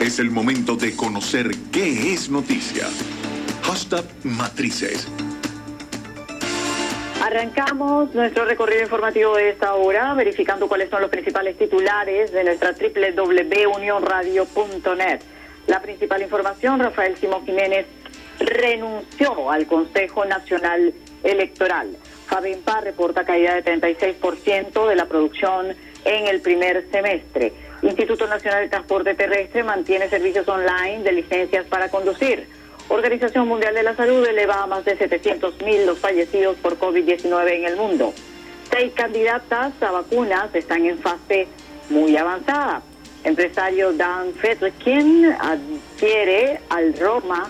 Es el momento de conocer qué es noticia. Hashtag Matrices. Arrancamos nuestro recorrido informativo de esta hora, verificando cuáles son los principales titulares de nuestra www.unionradio.net. La principal información: Rafael Simón Jiménez renunció al Consejo Nacional Electoral. Fabimpa reporta caída de 36% de la producción en el primer semestre. Instituto Nacional de Transporte Terrestre mantiene servicios online de licencias para conducir. Organización Mundial de la Salud eleva a más de 700,000 los fallecidos por COVID-19 en el mundo. 6 candidatas a vacunas están en fase muy avanzada. Empresario Dan Fedrikin adquiere al Roma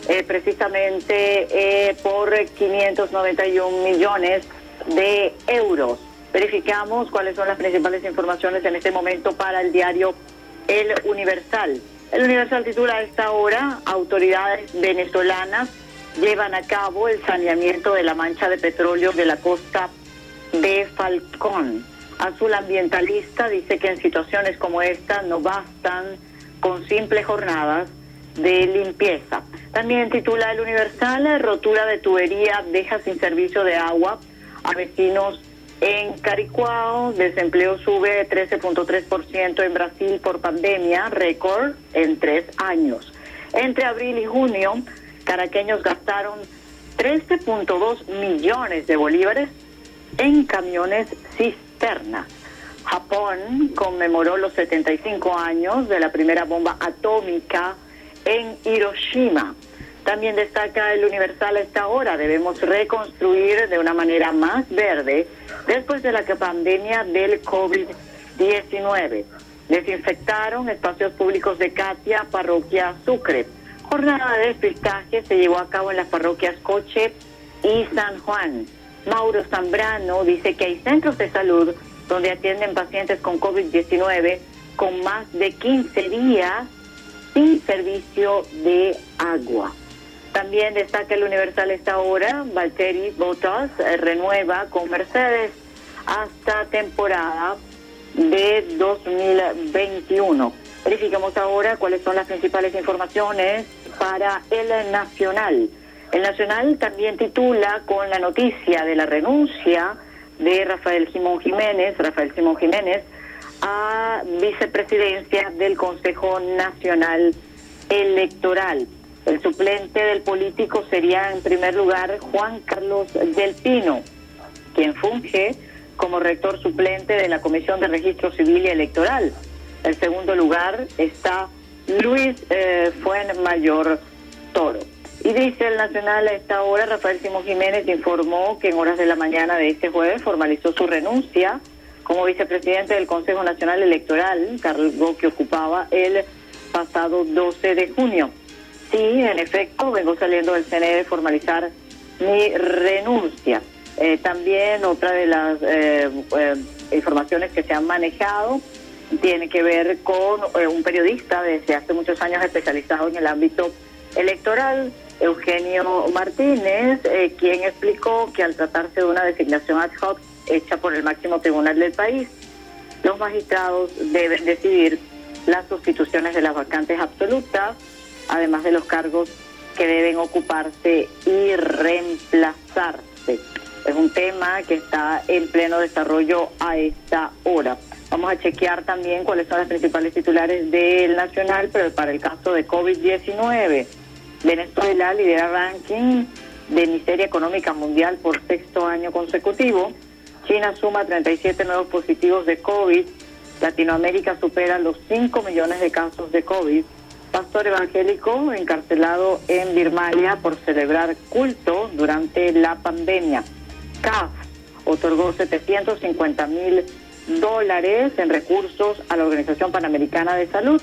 precisamente por 591 millones de euros. Verificamos cuáles son las principales informaciones en este momento para el diario El Universal. El Universal titula a esta hora: autoridades venezolanas llevan a cabo el saneamiento de la mancha de petróleo de la costa de Falcón. Azul Ambientalista dice que en situaciones como esta no bastan con simples jornadas de limpieza. También titula El Universal: rotura de tubería deja sin servicio de agua a vecinos en Caricuao. Desempleo sube 13.3% en Brasil por pandemia, récord en 3 años. Entre abril y junio, caraqueños gastaron 13.2 millones de bolívares en camiones cisterna. Japón conmemoró los 75 años de la primera bomba atómica en Hiroshima. También destaca El Universal a esta hora: debemos reconstruir de una manera más verde después de la pandemia del COVID-19. Desinfectaron espacios públicos de Catia, parroquia Sucre. Jornada de despistaje se llevó a cabo en las parroquias Coche y San Juan. Mauro Zambrano dice que hay centros de salud donde atienden pacientes con COVID-19 con más de 15 días sin servicio de agua. También destaca El Universal esta hora: Valtteri Bottas renueva con Mercedes hasta temporada de 2021. Verificamos ahora cuáles son las principales informaciones para El Nacional. El Nacional también titula con la noticia de la renuncia de Rafael Simón Jiménez a vicepresidencia del Consejo Nacional Electoral. El suplente del político sería, en primer lugar, Juan Carlos del Pino, quien funge como rector suplente de la Comisión de Registro Civil y Electoral. En segundo lugar está Luis Fuenmayor Toro. Y dice El Nacional a esta hora: Rafael Simón Jiménez informó que en horas de la mañana de este jueves formalizó su renuncia como vicepresidente del Consejo Nacional Electoral, cargo que ocupaba el pasado 12 de junio. Sí, en efecto, vengo saliendo del CNE de formalizar mi renuncia. También otra de las informaciones que se han manejado tiene que ver con un periodista desde hace muchos años especializado en el ámbito electoral, Eugenio Martínez, quien explicó que al tratarse de una designación ad hoc hecha por el máximo tribunal del país, los magistrados deben decidir las sustituciones de las vacantes absolutas, además de los cargos que deben ocuparse y reemplazarse. Es un tema que está en pleno desarrollo a esta hora. Vamos a chequear también cuáles son las principales titulares del Nacional, pero para el caso de COVID-19. Venezuela lidera ranking de miseria económica mundial por 6º año consecutivo. China suma 37 nuevos positivos de COVID. Latinoamérica supera los 5 millones de casos de COVID. Pastor evangélico encarcelado en Birmania por celebrar culto durante la pandemia. CAF otorgó $750,000 en recursos a la Organización Panamericana de Salud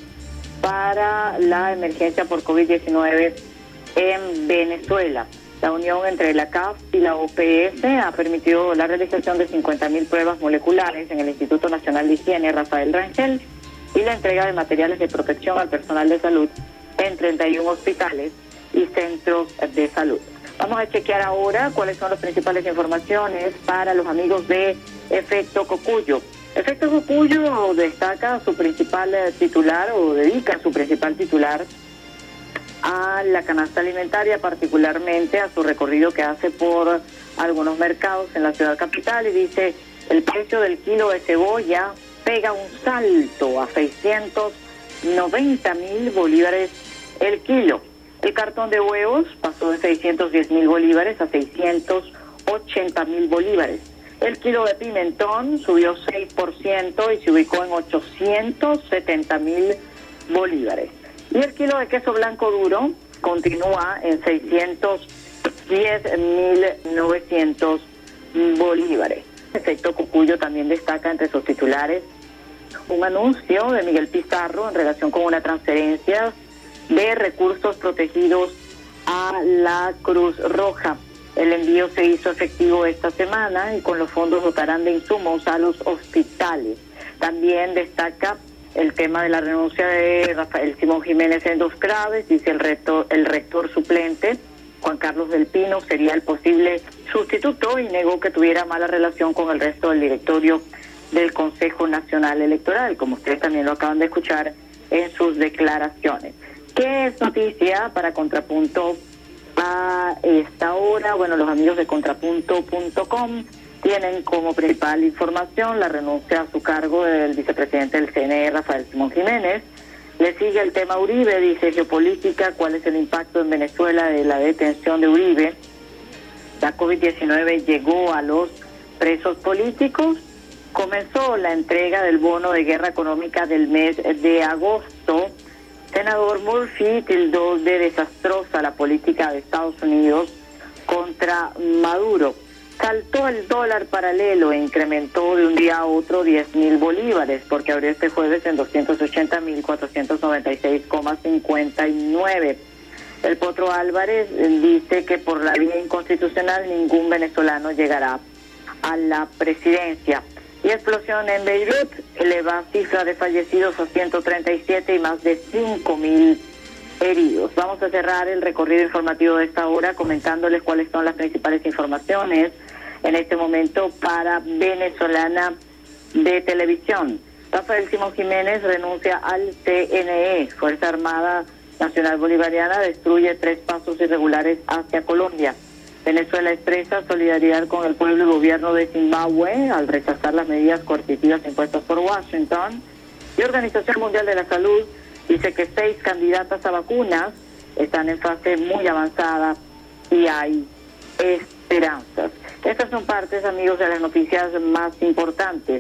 para la emergencia por COVID-19 en Venezuela. La unión entre la CAF y la OPS ha permitido la realización de 50,000 pruebas moleculares en el Instituto Nacional de Higiene Rafael Rangel y la entrega de materiales de protección al personal de salud en 31 hospitales y centros de salud. Vamos a chequear ahora cuáles son las principales informaciones para los amigos de Efecto Cocuyo. Efecto Cocuyo destaca su principal titular, o dedica su principal titular a la canasta alimentaria, particularmente a su recorrido que hace por algunos mercados en la ciudad capital, y dice: el precio del kilo de cebolla pega un salto a 690.000 bolívares el kilo. El cartón de huevos pasó de 610.000 bolívares a 680.000 bolívares. El kilo de pimentón subió 6% y se ubicó en 870.000 bolívares. Y el kilo de queso blanco duro continúa en 610.900 bolívares. Efecto Cocuyo también destaca entre sus titulares un anuncio de Miguel Pizarro en relación con una transferencia de recursos protegidos a la Cruz Roja. El envío se hizo efectivo esta semana y con los fondos dotarán de insumos a los hospitales. También destaca el tema de la renuncia de Rafael Simón Jiménez en 2 claves. Dice el rector suplente, Juan Carlos del Pino, sería el posible sustituto, y negó que tuviera mala relación con el resto del directorio del Consejo Nacional Electoral, como ustedes también lo acaban de escuchar en sus declaraciones. ¿Qué es noticia para Contrapunto a esta hora? Bueno, los amigos de contrapunto.com tienen como principal información la renuncia a su cargo del vicepresidente del CNE, Rafael Simón Jiménez. Le sigue el tema Uribe, dice geopolítica: ¿cuál es el impacto en Venezuela de la detención de Uribe? La COVID-19 llegó a los presos políticos. Comenzó la entrega del bono de guerra económica del mes de agosto. Senador Murphy tildó de desastrosa la política de Estados Unidos contra Maduro. Saltó el dólar paralelo e incrementó de un día a otro 10.000 bolívares, porque abrió este jueves en 280.496,59. El Potro Álvarez dice que por la vía inconstitucional ningún venezolano llegará a la presidencia. Y explosión en Beirut eleva cifra de fallecidos a 137 y más de 5.000 heridos. Vamos a cerrar el recorrido informativo de esta hora comentándoles cuáles son las principales informaciones en este momento para Venezolana de Televisión. Rafael Simón Jiménez renuncia al CNE. Fuerza Armada Nacional Bolivariana destruye 3 pasos irregulares hacia Colombia. Venezuela expresa solidaridad con el pueblo y gobierno de Zimbabue al rechazar las medidas coercitivas impuestas por Washington. Y Organización Mundial de la Salud dice que 6 candidatas a vacunas están en fase muy avanzada y hay esperanzas. Estas son partes, amigos, de las noticias más importantes.